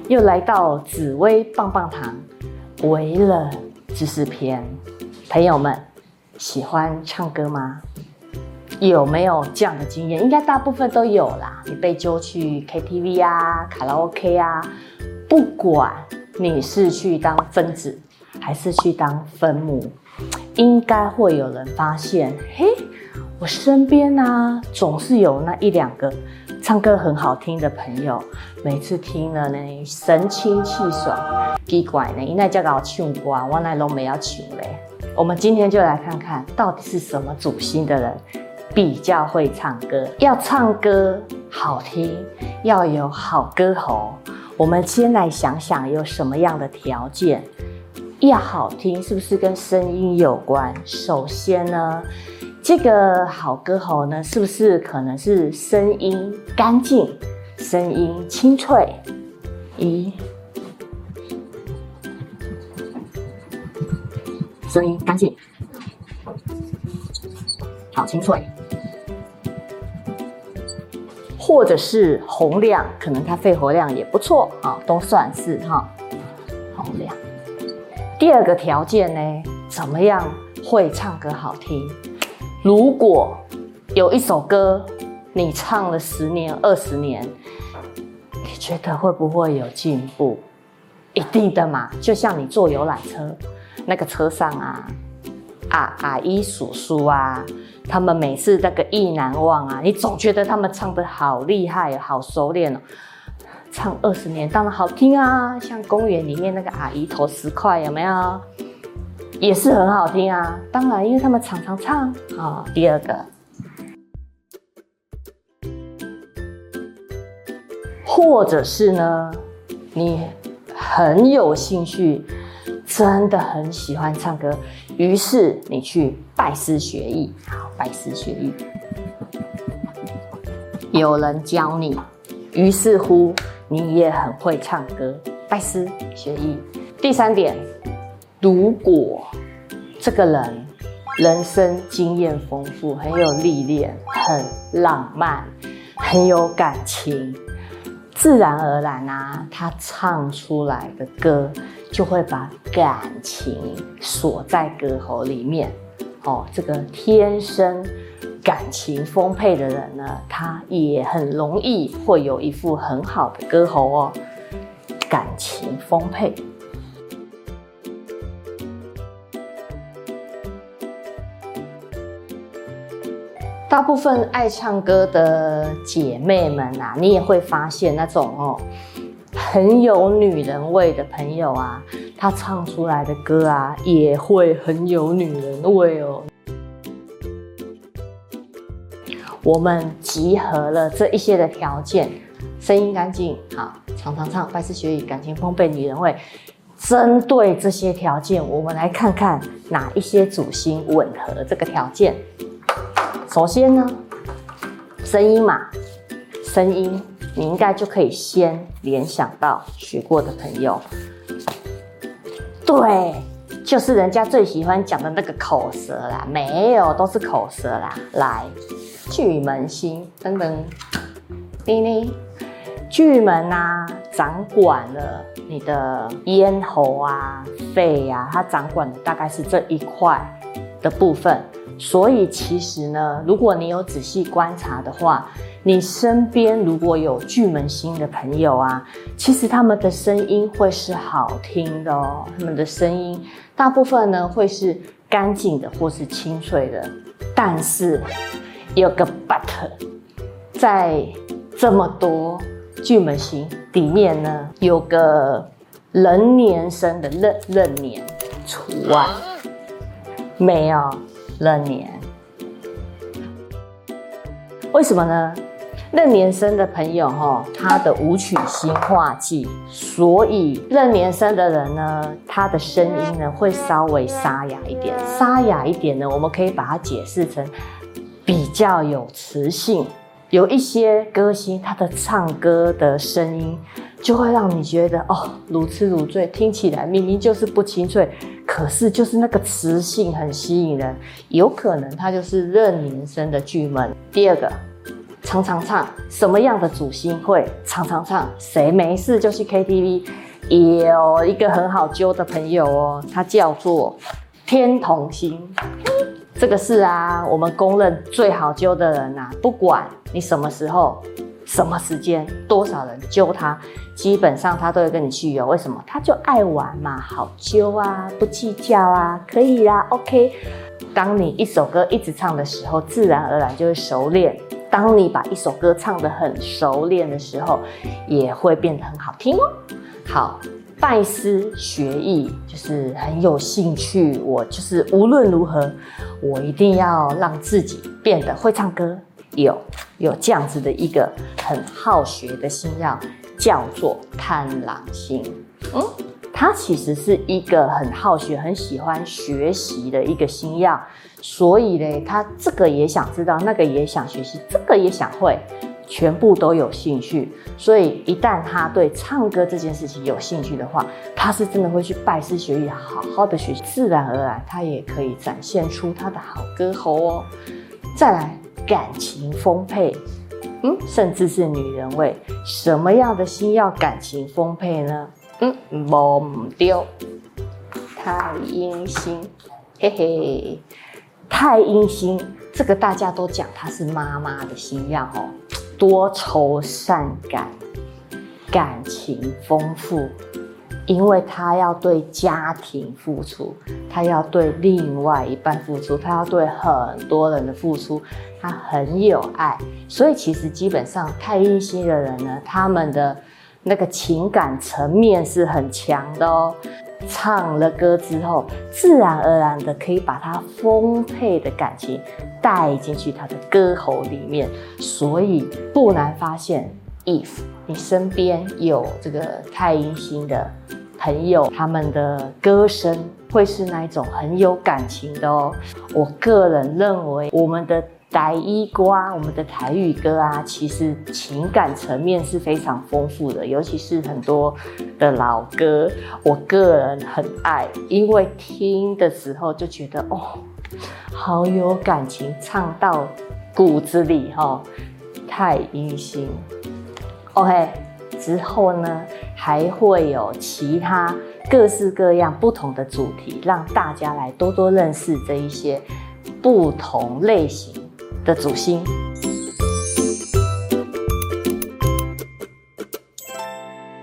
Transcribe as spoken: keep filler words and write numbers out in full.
又来到紫薇棒棒糖为人知识篇。朋友们，喜欢唱歌吗？有没有这样的经验？应该大部分都有啦。你被揪去 K T V 啊、卡拉 OK 啊，不管你是去当分子还是去当分母，应该会有人发现，嘿，我身边啊，总是有那一两个唱歌很好听的朋友，每次听了呢，神清气爽。奇怪呢，因那叫搞唱歌，我那拢没要唱嘞。我们今天就来看看，到底是什么主星的人比较会唱歌。要唱歌好听，要有好歌喉。我们先来想想有什么样的条件。要好听，是不是跟声音有关？首先呢，这个好歌喉呢，是不是可能是声音干净，声音清脆？一，声音干净，好清脆。或者是洪亮，可能他肺活量也不错啊，都算是哈洪亮。第二个条件呢，怎么样会唱歌好听？如果有一首歌你唱了十年、二十年，你觉得会不会有进步？一定的嘛，就像你坐游览车，那个车上啊，啊阿姨叔叔啊，他们每次那个意难忘啊，你总觉得他们唱得好厉害、好熟练哦。唱二十年当然好听啊，像公园里面那个阿姨投十块有没有？也是很好听啊。当然，因为他们常常唱啊、哦。第二个，或者是呢，你很有兴趣，真的很喜欢唱歌，于是你去拜师学艺。好，拜师学艺，有人教你，于是乎你也很会唱歌，拜师学艺。第三点，如果这个人人生经验丰富，很有历练，很浪漫，很有感情，自然而然啊，他唱出来的歌就会把感情锁在歌喉里面。哦，这个天生感情丰沛的人呢，他也很容易会有一副很好的歌喉哦，感情丰沛。大部分爱唱歌的姐妹们啊，你也会发现那种哦很有女人味的朋友啊，她唱出来的歌啊，也会很有女人味哦。我们集合了这一些的条件，声音干净，好，常常唱，拜师学艺，感情丰沛，女人味。针对这些条件，我们来看看哪一些主星吻合这个条件。首先呢，声音嘛，声音你应该就可以先联想到学过的朋友，对，就是人家最喜欢讲的那个口舌啦，没有，都是口舌啦。来，巨门星等等，叮叮，巨门啊，掌管了你的咽喉啊、肺啊，它掌管的大概是这一块的部分。所以其实呢，如果你有仔细观察的话，你身边如果有巨门星的朋友啊，其实他们的声音会是好听的哦。他们的声音大部分呢会是干净的或是清脆的。但是有个 but， 在这么多巨门星里面呢，有个壬年生的壬壬年除外，没有。壬年，为什么呢？壬年生的朋友哈，他的武曲星化忌，所以壬年生的人呢，他的声音呢会稍微沙哑一点。沙哑一点呢，我们可以把它解释成比较有磁性。有一些歌星，他的唱歌的声音就会让你觉得哦，如痴如醉，听起来明明就是不清脆，可是就是那个磁性很吸引人。有可能他就是壬年生的巨门。第二个， 常常唱？什么样的主星会常常唱？谁没事就去 K T V？ 有一个很好揪的朋友哦，他叫做天同星。这个是啊，我们公认最好揪的人啊，不管你什么时候、什么时间、多少人揪他，基本上他都会跟你去游。为什么？他就爱玩嘛，好揪啊，不计较啊，可以啦 ，OK。当你一首歌一直唱的时候，自然而然就会熟练。当你把一首歌唱得很熟练的时候，也会变得很好听哦。好，拜师学艺就是很有兴趣，我就是无论如何，我一定要让自己变得会唱歌。有有这样子的一个很好学的星曜，叫做贪狼星。嗯，它其实是一个很好学、很喜欢学习的一个星曜，所以呢，他这个也想知道，那个也想学习，这个也想会，全部都有兴趣。所以一旦他对唱歌这件事情有兴趣的话，他是真的会去拜师学艺，好好的学习，自然而然他也可以展现出他的好歌喉哦。再来，感情丰沛，嗯，甚至是女人味。什么样的星曜感情丰沛呢？嗯，没唔丢，太阴星，嘿嘿，太阴星这个大家都讲它是妈妈的星曜哦，多愁善感，感情丰富，因为他要对家庭付出，他要对另外一半付出，他要对很多人的付出，他很有爱，所以其实基本上太阴星的人呢，他们的那个情感层面是很强的哦。唱了歌之后，自然而然的可以把他丰沛的感情带进去他的歌喉里面，所以不难发现 ，if 你身边有这个太阴星的朋友，他们的歌声会是那一种很有感情的哦。我个人认为，我们的台语歌啊，我们的台语歌啊，其实情感层面是非常丰富的，尤其是很多的老歌，我个人很爱，因为听的时候就觉得哦，好有感情，唱到骨子里哈、哦。太阴星 ，OK， 之后呢还会有其他各式各样不同的主题，让大家来多多认识这一些不同类型的主星。